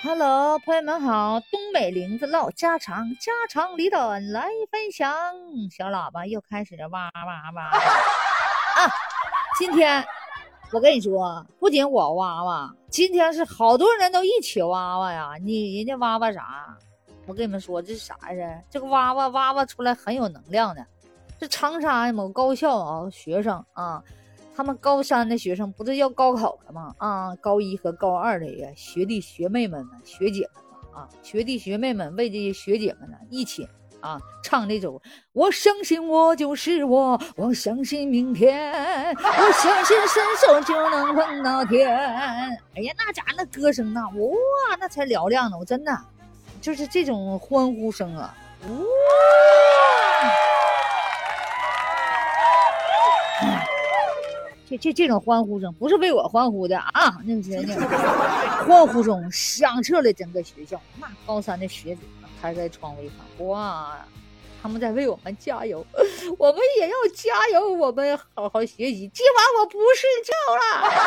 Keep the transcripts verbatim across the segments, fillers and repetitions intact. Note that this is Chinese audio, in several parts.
Hello，朋友们好，东北林子唠家常，家长里短来分享。小喇叭又开始哇哇哇啊！今天我跟你说，不仅我哇哇，今天是好多人都一起哇哇呀。你人家哇哇啥？我跟你们说，这是啥呀？这个哇哇哇哇出来很有能量的。这长沙某高校啊，学生啊。他们高三的学生不是要高考了吗？啊，高一和高二的学弟学妹们、学姐们啊，学弟学妹们为这些学姐们呢一起啊唱这首。我相信我就是我，我相信明天，我相信伸手就能碰到天。哎呀，那家那歌声呐，哇，那才嘹亮呢！我真的就是这种欢呼声啊，哇！这这这种欢呼声不是为我欢呼的啊！那些那欢呼声响彻了整个学校。那高三的学子们开开窗户一看，哇，他们在为我们加油，我们也要加油，我们好好学习。今晚我不睡觉了。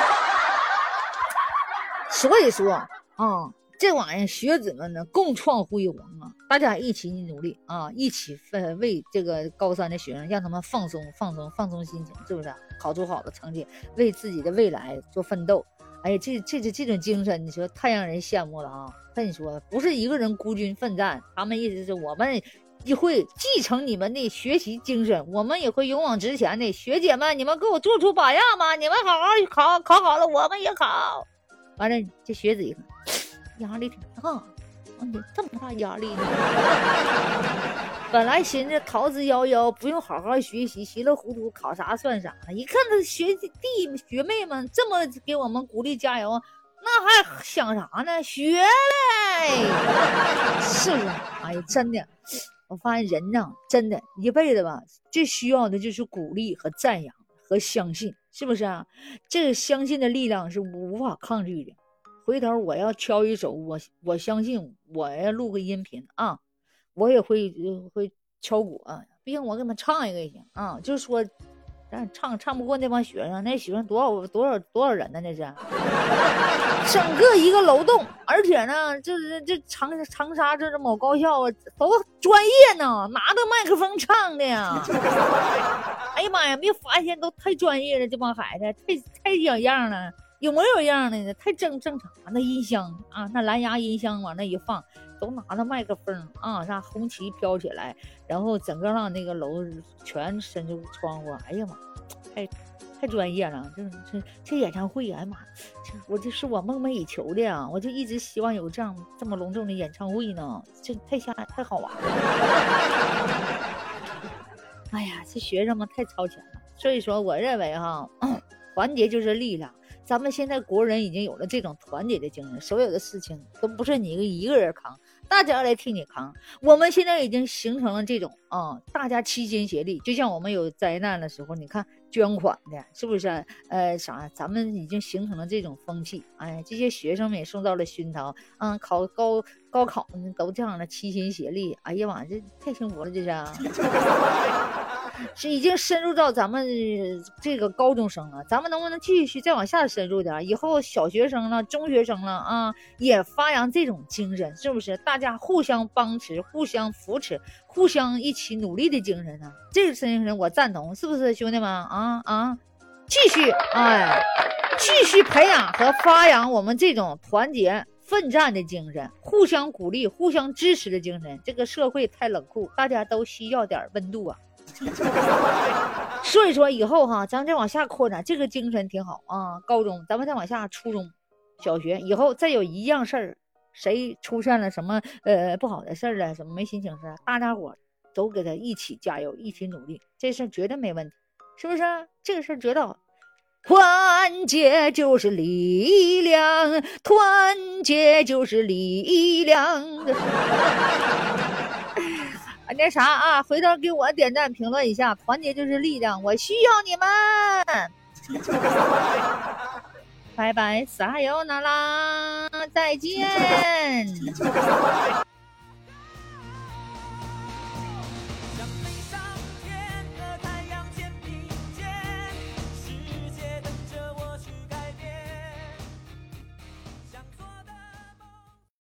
所以说啊、嗯，这玩意儿学子们呢共创辉煌啊！大家一起努力啊，一起为这个高三的学生让他们放松放松放松心情，是不是？考出好的成绩，为自己的未来做奋斗。哎呀，这这这这种精神，你说太让人羡慕了啊！跟你说，不是一个人孤军奋战，他们意思是我们也会继承你们的学习精神，我们也会勇往直前的。学姐们，你们给我做出榜样吧！你们好好考，考好了我们也考。完了，这学子一看，压力挺大。这么大压力呢？本来寻思逃之夭夭，不用好好学习，稀里糊涂考啥算啥。一看他学弟学妹们这么给我们鼓励加油，那还想啥呢？学嘞！是不是？哎呀，真的，我发现人呢，真的一辈子吧，最需要的就是鼓励和赞扬和相信，是不是啊？这个相信的力量是无法抗拒的。回头我要敲一首，我我相信我要录个音频啊，我也会会敲鼓啊，毕竟我给他们唱一个也行啊。就是说，但唱唱不过那帮学生，那学生多少多少多少人呢？那是整个一个楼栋，而且呢，就是这长长沙这某高校啊，都专业呢，拿着麦克风唱的呀。哎呀妈呀，没发现都太专业了，这帮孩子太太有样了。有没有样的呢？太正正常，那音箱啊，那蓝牙音箱往那一放，都拿着麦克风啊，啥红旗飘起来，然后整个让那个楼全伸出窗户。哎呀妈，太太专业了！这这这演唱会，哎呀妈，这我这是我梦寐以求的呀！我就一直希望有这样这么隆重的演唱会呢，这太吓太好玩了。哎呀，这学生们太超前了，所以说我认为哈，团结就是力量。咱们现在国人已经有了这种团结的精神，所有的事情都不是你一个人扛，大家来替你扛。我们现在已经形成了这种啊、嗯，大家齐心协力。就像我们有灾难的时候，你看捐款的，是不是？呃，啥？咱们已经形成了这种风气。哎，这些学生们也受到了熏陶。嗯，考高高考都这样的齐心协力。哎呀妈，这太幸福了，这是。是已经深入到咱们这个高中生了，咱们能不能继续再往下深入点？以后小学生了、中学生了啊，也发扬这种精神，是不是？大家互相帮持、互相扶持、互相一起努力的精神呢？这个精神我赞同，是不是，兄弟们啊啊？继续哎，继续培养和发扬我们这种团结奋战的精神，互相鼓励、互相支持的精神。这个社会太冷酷，大家都需要点温度啊。所以说以后哈，咱们再往下扩展，这个精神挺好啊。高中咱们再往下，初中、小学以后再有一样事儿，谁出现了什么呃不好的事儿了，什么没心情事，大家伙都给他一起加油，一起努力，这事儿绝对没问题，是不是？这个事儿绝对好。团结就是力量，团结就是力量。那啥啊，回头给我点赞评论一下，团结就是力量，我需要你们。拜拜，撒由那拉，再见。